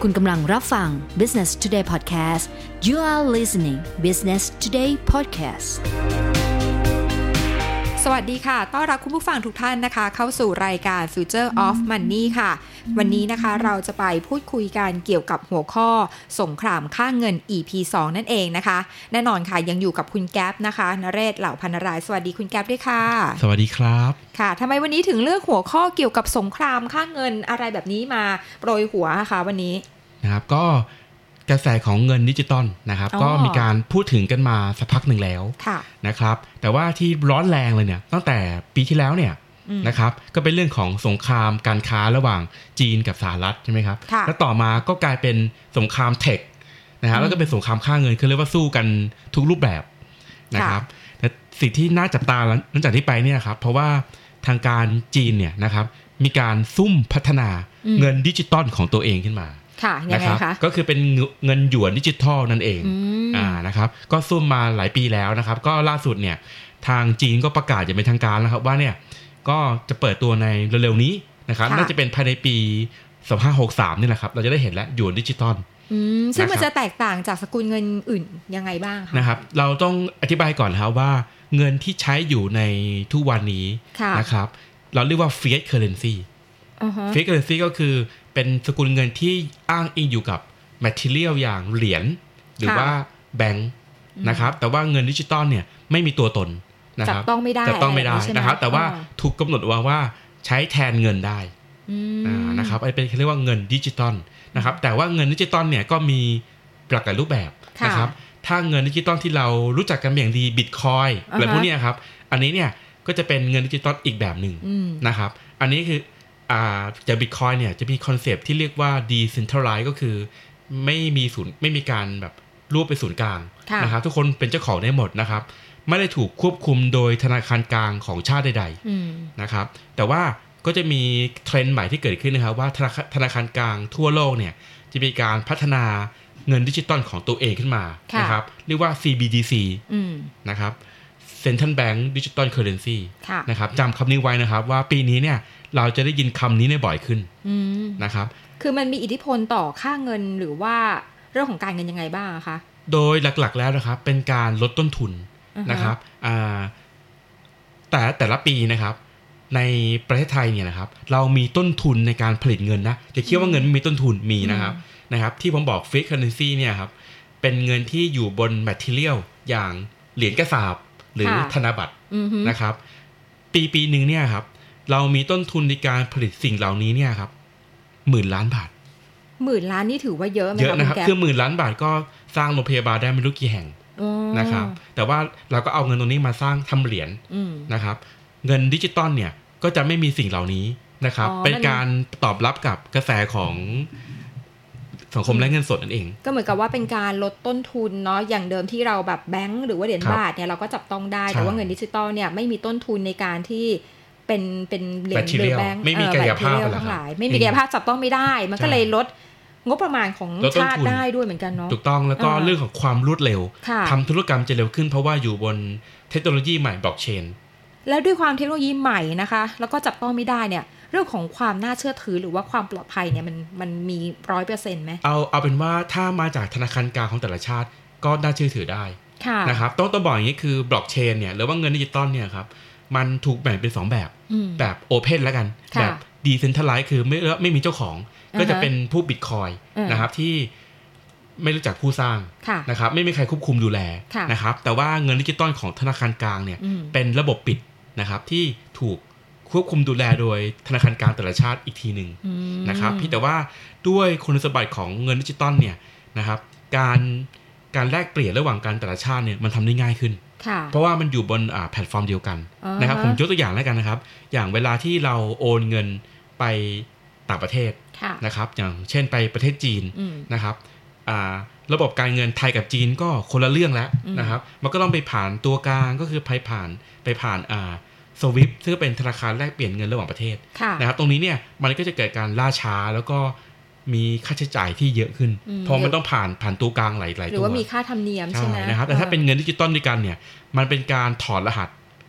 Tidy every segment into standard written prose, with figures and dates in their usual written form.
คุณกำลังรับฟัง Business Today Podcast You are listening Business Today Podcast สวัสดีค่ะต้อนรับคุณผู้ฟังทุกท่านนะคะเข้าสู่รายการ Future of Money ค่ะวันนี้นะคะเราจะไปพูดคุยกันเกี่ยวกับหัวข้อสงครามค่าเงิน EP 2 นั่นเองนะคะแน่นอนค่ะยังอยู่กับคุณแก๊ปนะคะนเรศเหล่าพันรายสวัสดีคุณแก๊ปด้วยค่ะสวัสดีครับค่ะทำไมวันนี้ถึงเลือกหัวข้อเกี่ยวกับสงครามค่าเงินอะไรแบบนี้มาโปรยหัวค่ะวันนี้นะครับก็กระแสของเงินดิจิตอลนะครับก็มีการพูดถึงกันมาสักพักหนึ่งแล้วนะครับแต่ว่าที่ร้อนแรงเลยเนี่ยตั้งแต่ปีที่แล้วเนี่ยนะครับก็เป็นเรื่องของสงครามการค้าระหว่างจีนกับสหรัฐใช่ไหมครับแล้วต่อมาก็กลายเป็นสงครามเทคนะครับแล้วก็เป็นสงครามค่าเงินคือเรียกว่าสู้กันทุกรูปแบบนะครับแต่สิ่งที่น่าจับตาหลังจากที่ไปเนี่ยครับเพราะว่าทางการจีนเนี่ยนะครับมีการซุ่มพัฒนาเงินดิจิตอลของตัวเองขึ้นมานะครับก็คือเป็นเงินหยวนดิจิทัลนั่นเองนะครับก็ซุ่มมาหลายปีแล้วนะครับก็ล่าสุดเนี่ยทางจีนก็ประกาศอย่างเป็นทางการแล้วครับว่าเนี่ยก็จะเปิดตัวในเร็วๆนี้นะครับน่าจะเป็นภายในปี2563นี่แหละครับเราจะได้เห็นแล้วหยวนดิจิทัลซึ่งมันจะแตกต่างจากสกุลเงินอื่นยังไงบ้างคะนะครับเราต้องอธิบายก่อนครับว่าเงินที่ใช้อยู่ในทุกวันนี้นะครับเราเรียกว่า fiat currency fiat currency ก็คือเป็นสกุลเงินที่อ้างอิงอยู่กับ material อย่างเหรียญหรือว่าแบงค์นะครับแต่ว่าเงินดิจิตอลเนี่ยไม่มีตัวตนนะครับจับต้องไม่ได้นะครับแต่ว่าถูกกำหนดว่าใช้แทนเงินได้นะครับอันเป็นเรียกว่าเงินดิจิตอลนะครับแต่ว่าเงินดิจิตอลเนี่ยก็มีหลากหลายรูปแบบนะครับถ้าเงินดิจิตอลที่เรารู้จักกันอย่างดีบิตคอยน์อะไรพวกนี้ครับอันนี้เนี่ยก็จะเป็นเงินดิจิตอลอีกแบบหนึ่งนะครับอันนี้คือจาก Bitcoin เนี่ยจะมีคอนเซปต์ที่เรียกว่า decentralized ก็คือไม่มีการแบบรวบไปศูนย์กลางนะครับทุกคนเป็นเจ้าของได้หมดนะครับไม่ได้ถูกควบคุมโดยธนาคารกลางของชาติใดๆนะครับแต่ว่าก็จะมีเทรนด์ใหม่ที่เกิดขึ้นนะครับว่าธนาคารกลางทั่วโลกเนี่ยจะมีการพัฒนาเงินดิจิตอลของตัวเองขึ้นมานะครับเรียกว่า CBDC นะครับ Central Bank Digital Currency นะครับจำคำนี้ไว้นะครับว่าปีนี้เนี่ยเราจะได้ยินคำนี้บ่อยขึ้นนะครับคือมันมีอิทธิพลต่อค่าเงินหรือว่าเรื่องของการเงินยังไงบ้างคะโดยหลักๆแล้วนะครับเป็นการลดต้นทุนนะครับแต่ละปีนะครับในประเทศไทยเนี่ยนะครับเรามีต้นทุนในการผลิตเงินนะอย่าคิดว่าเงินไม่มีต้นทุนมีนะครับที่ผมบอก fiat currency เนี่ยครับเป็นเงินที่อยู่บน material อย่างเหรียญกระสาบหรือธนบัตรนะครับปีนึงเนี่ยครับเรามีต้นทุนในการผลิตสิ่งเหล่านี้เนี่ยครับ10,000 ล้านบาท 10,000 ล้านนี่ถือว่าเยอะไหมนะครับคือ10,000 ล้านบาทก็สร้างโรงพยาบาลได้ไม่รู้กี่แห่งนะครับแต่ว่าเราก็เอาเงินตรงนี้มาสร้างทำเหรียญนะครับเงินดิจิตอลเนี่ยก็จะไม่มีสิ่งเหล่านี้นะครับเป็นการตอบรับกับกระแสของสังคมและเงินสดนั่นเองก็เหมือนกับว่าเป็นการลดต้นทุนเนาะอย่างเดิมที่เราแบบแบงก์หรือว่าเหรียญบาทเนี่ยเราก็จับต้องได้แต่ว่าเงินดิจิตอลเนี่ยไม่มีต้นทุนในการที่เป็นเหรียญหรือแบงก์ไม่มีกายภาพทั้งหลายไม่มีกายภาพจับต้องไม่ได้มันก็เลยลดงบประมาณของชาติได้ด้วยเหมือนกันเนาะถูกต้องแล้วก็เรื่องของความรวดเร็วทำธุรกรรมจะเร็วขึ้นเพราะว่าอยู่บนเทคโนโลยีใหม่บล็อกเชนแล้วด้วยความเทคโนโลยีใหม่นะคะแล้วก็จับต้องไม่ได้เนี่ยเรื่องของความน่าเชื่อถือหรือว่าความปลอดภัยเนี่ยมันมี 100% ไหมเอาเป็นว่าถ้ามาจากธนาคารกลางของแต่ละชาติก็น่าเชื่อถือได้นะครับต้องบอกอย่างนี้คือบล็อกเชนเนี่ยหรือว่าเงินดิจิตอลเนี่ยครับมันถูกแบ่งเป็น2แบบโอเพนแล้วกันแบบดีเซนทรัลไลซ์คือไม่มีเจ้าของก็จะเป็นผู้บิตคอยน์นะครับที่ไม่รู้จักผู้สร้างนะครับไม่มีใครควบคุมดูแลนะครับแต่ว่าเงินดิจิตอลของธนาคารกลางเนี่ยเป็นระบบปิดนะครับที่ถูกควบคุมดูแลโดยธนาคารกลางแต่ละชาติอีกทีนึงนะครับพี่แต่ว่าด้วยคุณสมบัติของเงินดิจิตอลเนี่ยนะครับการแลกเปลี่ยนระหว่างการแต่ละชาติเนี่ยมันทำได้ง่ายขึ้นเพราะว่ามันอยู่บนแพลตฟอร์มเดียวกันนะครับผมยกตัวอย่างแล้วกันนะครับอย่างเวลาที่เราโอนเงินไปต่างประเทศนะครับอย่างเช่นไปประเทศจีนนะครับระบบการเงินไทยกับจีนก็คนละเรื่องแล้วนะครับมันก็ต้องไปผ่านตัวกลางก็คือไปผ่านสวิฟซึ่งเป็นธนาคารแลกเปลี่ยนเงินระหว่างประเทศนะครับตรงนี้เนี่ยมันก็จะเกิดการล่าช้าแล้วก็มีค่าใช้จ่ายที่เยอะขึ้นเพราะมันต้องผ่านตัวกลางหลายตัวหรือว่ามีค่าธรรมเนียมใช่ไหมนะครับแต่ถ้าเป็นเงินดิจิตอลด้วยกันเนี่ยมันเป็นการถอดรหัส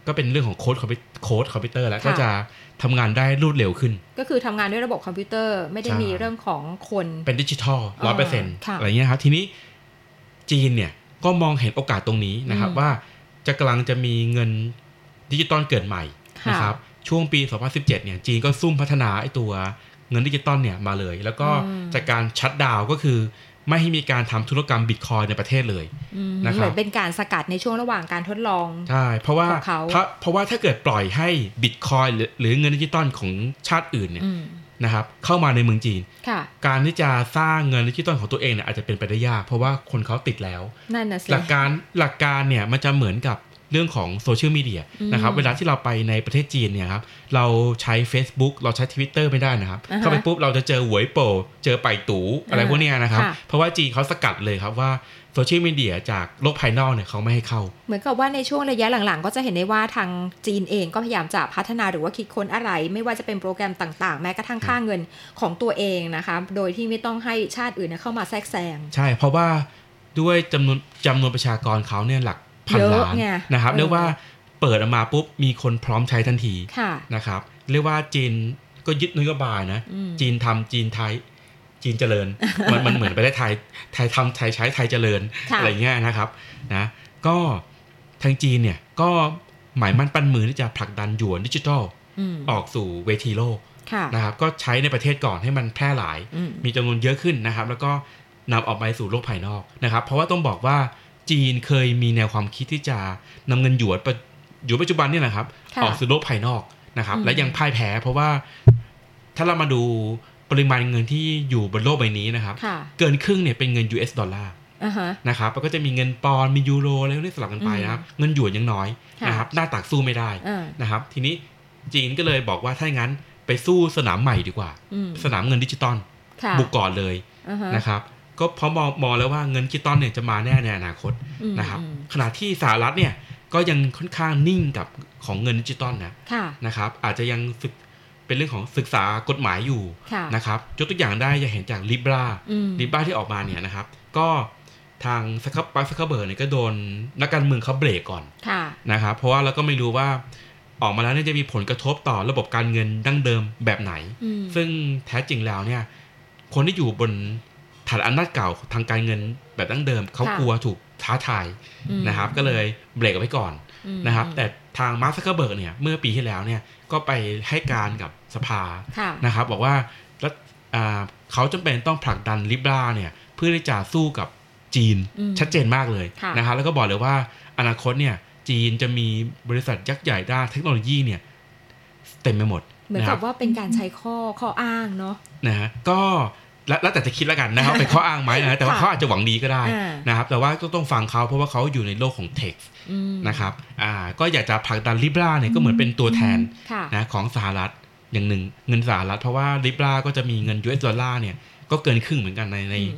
ก็เป็นเรื่องของโค้ดคอมพิวเตอร์แล้วก็จะทำงานได้รวดเร็วขึ้นก็คือทำงานด้วยระบบคอมพิวเตอร์ไม่ได้มีเรื่องของคนเป็นดิจิทัล 100% อะไรเงี้ยครับทีนี้จีนเนี่ยก็มองเห็นโอกาสตรงนี้นะครับว่าจะกำลังจะมีเงินดิจิตอลเกิดใหม่นะครับช่วงปี2017เนี่ยจีนก็ซุ่มพัฒนาไอ้ตัวเงินดิจิตอลเนี่ยมาเลยแล้วก็จากการชัตดาวน์ก็คือไม่ให้มีการทำธุรกรรมบิตคอยน์ในประเทศเลยนะครับเหมือนเป็นการสกัดในช่วงระหว่างการทดลองใช่เพราะว่าถ้าเกิดปล่อยให้บิตคอยน์หรือเงินดิจิตอลของชาติอื่นเนี่ยนะครับเข้ามาในเมืองจีนการที่จะสร้างเงินดิจิตอลของตัวเองเนี่ยอาจจะเป็นไปได้ยากเพราะว่าคนเขาติดแล้วหลักการเนี่ยมันจะเหมือนกับเรื่องของโซเชียลมีเดียนะครับเวลาที่เราไปในประเทศจีนเนี่ยครับเราใช้ Facebook เราใช้ Twitter ไม่ได้นะครับเข้าไปปุ๊บเราจะเจอหวยโป่เจอไปตู่อะไรพวกนี้นะครับเพราะว่าจีนเขาสกัดเลยครับว่าโซเชียลมีเดียจากโลกภายนอกเนี่ยเขาไม่ให้เข้าเหมือนกับว่าในช่วงระยะหลังๆก็จะเห็นได้ว่าทางจีนเองก็พยายามจะพัฒนาหรือว่าคิดค้นอะไรไม่ว่าจะเป็นโปรแกรมต่างๆแม้กระทั่งค่าเงินของตัวเองนะคะโดยที่ไม่ต้องให้ชาติอื่นเข้ามาแทรกแซงใช่เพราะว่าด้วยจำนวนประชากรเขาเนี่ยหลักพันล้านนะครับเรียกว่าเปิดออกมาปุ๊บมีคนพร้อมใช้ทันทีนะครับเรียกว่าจีนก็ยึดนโยบายนะจีนทำจีนไทยจีนเจริญมันเหมือนไปได้ไทยทำไทยใช้ไทยเจริญอะไรเงี้ยนะครับนะก็ทางจีนเนี่ยก็หมายมั่นปั้นมือที่จะผลักดันหยวนดิจิทัลออกสู่เวทีโลกนะครับก็ใช้ในประเทศก่อนให้มันแพร่หลายมีจำนวนเยอะขึ้นนะครับแล้วก็นำออกไปสู่โลกภายนอกนะครับเพราะว่าต้องบอกว่าจีนเคยมีแนวความคิดที่จะนำเงินหยวนปัจจุบันนี่แหละครับออกสู่โลกภายนอกนะครับและยังพ่ายแพ้เพราะว่าถ้าเรามาดูปริมาณเงินที่อยู่บนโลกใบนี้นะครับเกินครึ่งเนี่ยเป็นเงิน US ดอลลาร์นะครับแล้วก็จะมีเงินปอนด์มียูโรอะไรพวกนี้สลับกันไปนะครับเงินหยวนยังน้อยนะครับหน้าตักสู้ไม่ได้นะครับทีนี้จีนก็เลยบอกว่าถ้าอย่างนั้นไปสู้สนามใหม่ดีกว่าสนามเงินดิจิตอลบุกก่อนเลยนะครับก็เพราะมองแล้วว่าเงินดิจิตอลเนี่ยจะมาแน่ในอนาคตนะครับขณะที่สหรัฐเนี่ยก็ยังค่อนข้างนิ่งกับของเงินดิจิตอลนะครับอาจจะยังเป็นเรื่องของศึกษากฎหมายอยู่นะครับยกตัวอย่างได้จะเห็นจากลิบราที่ออกมาเนี่ยนะครับก็ทางซักเคอร์เบิร์กเนี่ยก็โดนนักการเมืองเขาเบรกก่อนนะครับเพราะว่าเราก็ไม่รู้ว่าออกมาแล้วเนี่ยจะมีผลกระทบต่อระบบการเงินดั้งเดิมแบบไหนซึ่งแท้จริงแล้วเนี่ยคนที่อยู่บนฐานอำนาจเก่าทางการเงินแบบดั้งเดิมเขากลัวถูกท้าทายนะครับก็เลยเบรกเอาไว้ก่อนนะครับแต่ทางมาร์ค ซักเคอร์เบิร์กเนี่ยเมื่อปีที่แล้วเนี่ยก็ไปให้การกับสภานะครับบอกว่าเขาจำเป็นต้องผลักดันลิบราเนี่ยเพื่อที่จะสู้กับจีนชัดเจนมากเลยนะครับแล้วก็บอกเลยว่าอนาคตเนี่ยจีนจะมีบริษัทยักษ์ใหญ่ด้านเทคโนโลยีเนี่ยเต็มไปหมดเหมือนกับว่าเป็นการใช้ข้ออ้างเนาะนะฮะก็แล้วแต่จะคิดแล้วกันนะครับเป็นข้ออ้างไหมนะแต่ว่าเขาอาจจะหวังดีก็ได้นะครับแต่ว่าก็ต้องฟังเขาเพราะว่าเขาอยู่ในโลกของเทคนะครับก็อยากจะผลักดันลิบราเนี่ยก็เหมือนเป็นตัวแทนนะของสหรัฐอย่างหนึ่งเงินสหรัฐเพราะว่าลิบราก็จะมีเงิน US ดอลลาร์เนี่ยก็เกินครึ่งเหมือนกัน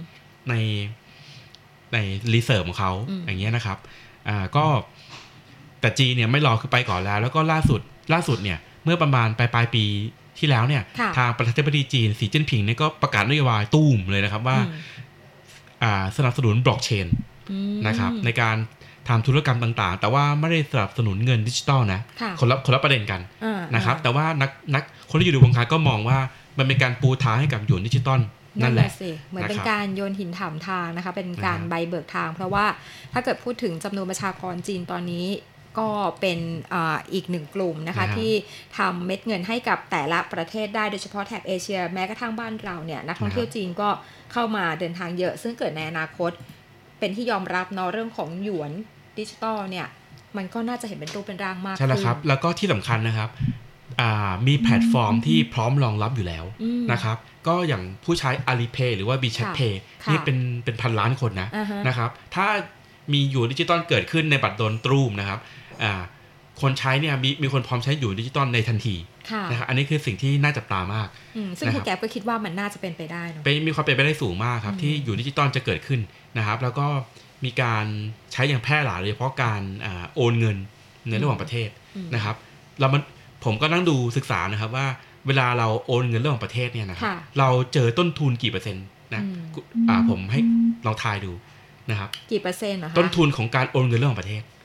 ในรีเซิร์ฟของเขาอย่างเงี้ยนะครับก็แต่จีนเนี่ยไม่รอคือไปก่อนแล้วก็ล่าสุดเนี่ยเมื่อประมาณปลายปีที่แล้วเนี่ยทางประธานาธิบดีจีนสีจิ้นผิงเนี่ยก็ประกาศนโยบายตู้มเลยนะครับว่าสนับสนุนบล็อกเชนนะครับในการทำธุรกรรมต่างๆแต่ว่าไม่ได้สนับสนุนเงินดิจิตอลนะคนละประเด็นกันนะครับแต่ว่านักคนที่อยู่ในวงการก็มองว่ามันเป็นการปูทางให้กับหยวนดิจิตอลนั่นแหละเหมือนเป็นการโยนหินถามทางนะคะเป็นการใบเบิกทางเพราะว่าถ้าเกิดพูดถึงจำนวนประชากรจีนตอนนี้ก็เป็นอีกหนึ่งกลุ่มนะคะที่ทำเม็ดเงินให้กับแต่ละประเทศได้โดยเฉพาะแถบเอเชียแม้กระทั่งบ้านเราเนี่ยนักท่องเที่ยวจีนก็เข้ามาเดินทางเยอะซึ่งเกิดในอนาคตเป็นที่ยอมรับเนาะเรื่องของหยวนดิจิตอลเนี่ยมันก็น่าจะเห็นเป็นรูปเป็นร่างมากใช่แล้วครับแล้วก็ที่สำคัญนะครับมีแพลตฟอร์มที่พร้อมรองรับอยู่แล้วนะครับก็อย่างผู้ใช้ Alipay หรือว่า WeChat Pay นี่เป็นพันล้านคนนะครับถ้ามีหยวนดิจิตอลเกิดขึ้นในบัตรโดนตรูมนะครับคนใช้เนี่ยมีคนพร้อมใช้หยวนดิจิตอลในทันทีนะครับอันนี้คือสิ่งที่น่าจับตามากซึ่งคุณแก๊ปก็คิดว่ามันน่าจะเป็นไปได้เนาะมีความเป็นไปได้สูงมากครับที่หยวนดิจิตอลจะเกิดขึ้นนะครับแล้วก็มีการใช้อย่างแพร่หลายโดยเฉพาะการโอนเงินในระหว่างประเทศนะครับผมก็นั่งดูศึกษานะครับว่าเวลาเราโอนเงินระหว่างประเทศเนี่ยนะครับเราเจอต้นทุนกี่เปอร์เซ็นต์นะผมให้ลองทายดูนะครับกี่เปอร์เซ็นต์นะคะต้นทุนของการโอนเงินระหว่างประเทศ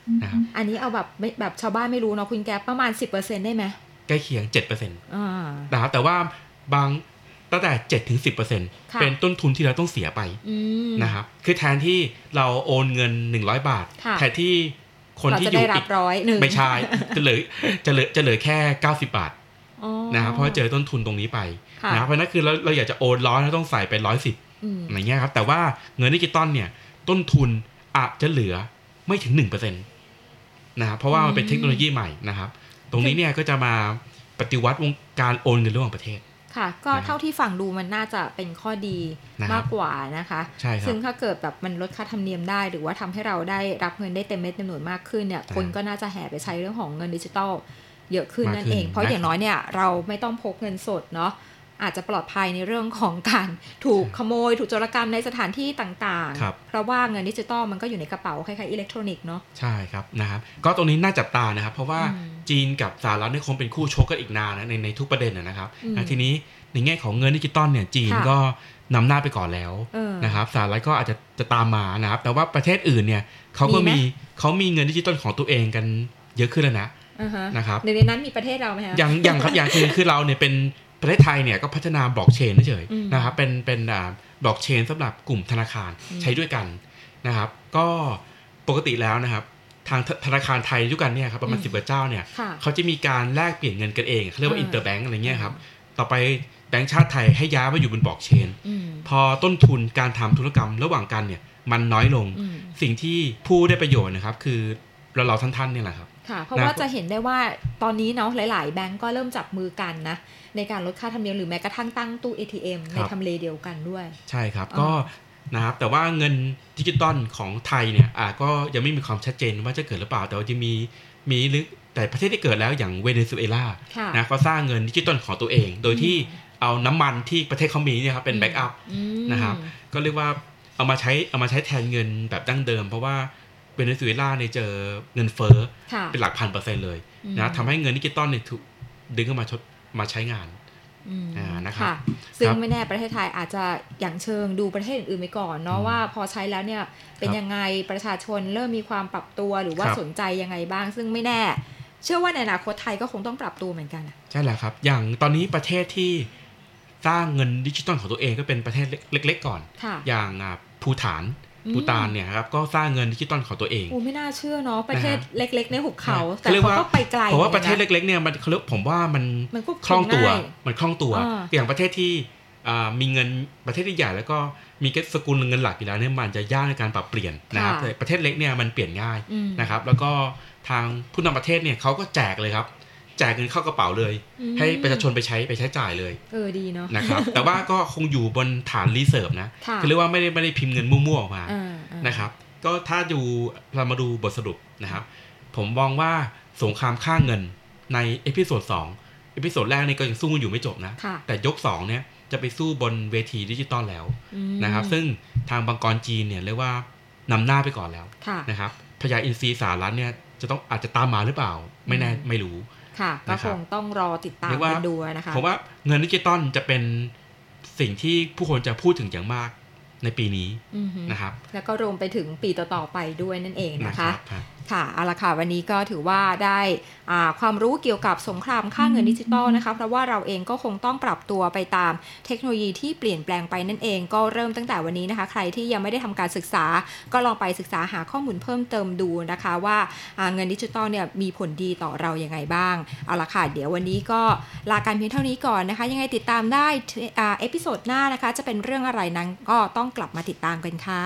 นะครับอันนี้เอาแบบชาวบ้านไม่รู้เนาะคุณแก๊ปประมาณ 10% ได้ไหมใกล้เคียง 7% นะครับแต่ว่าบางตั้งแต่ 7-10% เป็นต้นทุนที่เราต้องเสียไปนะครับคือแทนที่เราโอนเงิน100 บาทแทนที่คนที่อยู่อีกไม่ใช่จะเหลือแค่90 บาทนะครับเพราะเจอต้นทุนตรงนี้ไปนะครับเพราะนั้นคือเราอยากจะโอน100เราต้องใส่ไป110อะไรเงี้ยครับแต่ว่าเงินดิจิตอลเนี่ยต้นทุนอาจจะเหลือไม่ถึง 1% นะครับเพราะว่ามันเป็นเทคโนโลยีใหม่นะครับตรงนี้เนี่ยก็จะมาปฏิวัติวงการโอนเงินระหว่างประเทศค่ะก็เท่าที่ฟังดูมันน่าจะเป็นข้อดีมากกว่านะคะซึ่งถ้าเกิดแบบมันลดค่าธรรมเนียมได้หรือว่าทำให้เราได้รับเงินได้เต็มเม็ดเต็มหน่วยมากขึ้นเนี่ยคนก็น่าจะแห่ไปใช้เรื่องของเงินดิจิทัลเยอะขึ้นนั่นเองเพราะอย่างน้อยเนี่ยเราไม่ต้องพกเงินสดเนาะอาจจะปลอดภัยในเรื่องของการถูกขโมยถูกโจรกรรมในสถานที่ต่างๆเพราะว่าเงินดิจิทัลมันก็อยู่ในกระเป๋าคล้ายๆอิเล็กทรอนิกส์เนาะใช่ครับนะครับก็ตรงนี้น่าจับตานะครับเพราะว่าจีนกับสหรัฐเนี่ยคงเป็นคู่ชกกันอีกนานนะในทุกประเด็นนะครับทีนี้ในแง่ของเงินดิจิตอลเนี่ยจีนก็นำหน้าไปก่อนแล้วนะครับสหรัฐก็อาจจะตามมานะครับแต่ว่าประเทศอื่นเนี่ยเขามีเงินดิจิตอลของตัวเองกันเยอะขึ้นแล้วนะครับในนั้นมีประเทศเราไหมคะอย่างครับอย่างคือเราเนี่ยเป็นประเทศไทยเนี่ยก็พัฒนาบล็อกเชนเฉยๆนะครับเป็นบล็อกเชนสำหรับกลุ่มธนาคารใช้ด้วยกันนะครับก็ปกติแล้วนะครับทางธนาคารไทยด้วยกันเนี่ยครับประมาณ10 กว่าเจ้าเนี่ยเขาจะมีการแลกเปลี่ยนเงินกันเองเขาเรียกว่าอินเตอร์แบงก์อะไรเงี้ยครับต่อไปแบงก์ชาติไทยให้ย้ายมาอยู่บนบล็อกเชนพอต้นทุนการทำธุรกรรมระหว่างกันเนี่ยมันน้อยลงสิ่งที่ผู้ได้ประโยชน์นะครับคือเราท่านเนี่ยแหละครับค่ะเพราะว่าจะเห็นได้ว่าตอนนี้เนาะหลายๆแบงก์ก็เริ่มจับมือกันนะในการลดค่าธรรมเนียมหรือแม้กระทั่งตั้งตู้ ATM ในทำเลเดียวกันด้วยใช่ครับก็นะครับแต่ว่าเงินดิจิตอลของไทยเนี่ยก็ยังไม่มีความชัดเจนว่าจะเกิดหรือเปล่าแต่ว่าจะมีแต่ประเทศที่เกิดแล้วอย่างเวเนซุเอลานะก็สร้างเงินดิจิตอลของตัวเองโดยที่เอาน้ำมันที่ประเทศเขามีเนี่ยครับเป็นแบ็กอัพนะครับก็เรียกว่าเอามาใช้แทนเงินแบบดั้งเดิมเพราะว่าเวเนซุเอลาเนี่ยเจอเงินเฟ้อเป็นหลัก1,000%เลยนะทำให้เงินดิจิตอลเนี่ยถูกดึงเข้ามาใช้งานนะครับซึ่งไม่แน่ประเทศไทยอาจจะอย่างเชิงดูประเทศอื่นๆไปก่อนเนาะว่าพอใช้แล้วเนี่ยเป็นยังไงประชาชนเริ่มมีความปรับตัวหรือว่าสนใจยังไงบ้างซึ่งไม่แน่เชื่อว่าในอนาคตไทยก็คงต้องปรับตัวเหมือนกันใช่แล้วครับอย่างตอนนี้ประเทศที่สร้างเงินดิจิตอลของตัวเองก็เป็นประเทศเล็กๆก่อนอย่างภูฏานเนี่ยครับก็สร้างเงินดิจิตอลของตัวเองไม่น่าเชื่อเนาะประเทศเล็กๆในหุบเขาแต่เขาก็ไปไกลเพราะว่าประเทศเล็กๆเนี่ยมันผมว่ามันคล่องตัวอย่างประเทศที่มีเงินประเทศที่ใหญ่แล้วก็มีสกุลเงินหลักอยู่แล้วเนี่ยมันจะยากในการปรับเปลี่ยนนะครับแต่ประเทศเล็กเนี่ยมันเปลี่ยนง่ายนะครับแล้วก็ทางผู้นำประเทศเนี่ยเขาก็แจกเลยครับแจกเงินเข้ากระเป๋าเลยให้ประชาชนไปใช้จ่ายเลยดีเนาะนะครับแต่ว่าก็คงอยู่บนฐานรีเซิร์ฟนะคือเรียกว่าไม่ได้พิมพ์เงินมั่วๆออกมานะครับก็ถ้าเรามาดูบทสรุปนะครับผมมองว่าสงครามค่าเงินในเอพิโซด2เอพิโซดแรกนี่ก็ยังสู้อยู่ไม่จบนะแต่ยก2เนี่ยจะไปสู้บนเวทีดิจิตอลแล้วนะครับซึ่งทางบังกรจีนเนี่ยเรียกว่านำหน้าไปก่อนแล้วนะครับพญาอินทรีสหรัฐเนี่ยอาจจะตามมาหรือเปล่าไม่แน่ไม่รู้ค่ะก็คงต้องรอติดตามกันดูนะคะเพราะว่าเงินดิจิตอลจะเป็นสิ่งที่ผู้คนจะพูดถึงอย่างมากในปีนี้นะครับแล้วก็รวมไปถึงปีต่อๆไปด้วยนั่นเองนะคะค่ะเอาละค่ะวันนี้ก็ถือว่าได้ความรู้เกี่ยวกับสงครามค่าเงินดิจิตอลนะคะเพราะว่าเราเองก็คงต้องปรับตัวไปตามเทคโนโลยีที่เปลี่ยนแปลงไปนั่นเองก็เริ่มตั้งแต่วันนี้นะคะใครที่ยังไม่ได้ทำการศึกษาก็ลองไปศึกษาหาข้อมูลเพิ่มเติมดูนะคะว่าเงินดิจิตอลเนี่ยมีผลดีต่อเรายังไงบ้างเอาละค่ะเดี๋ยววันนี้ก็ลากันเพียงเท่านี้ก่อนนะคะยังไงติดตามได้เอพิโซดหน้านะคะจะเป็นเรื่องอะไรนั้นก็ต้องกลับมาติดตามกันค่ะ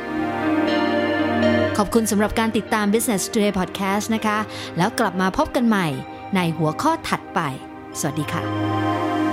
ขอบคุณสำหรับการติดตาม Business Today Podcast นะคะแล้วกลับมาพบกันใหม่ในหัวข้อถัดไปสวัสดีค่ะ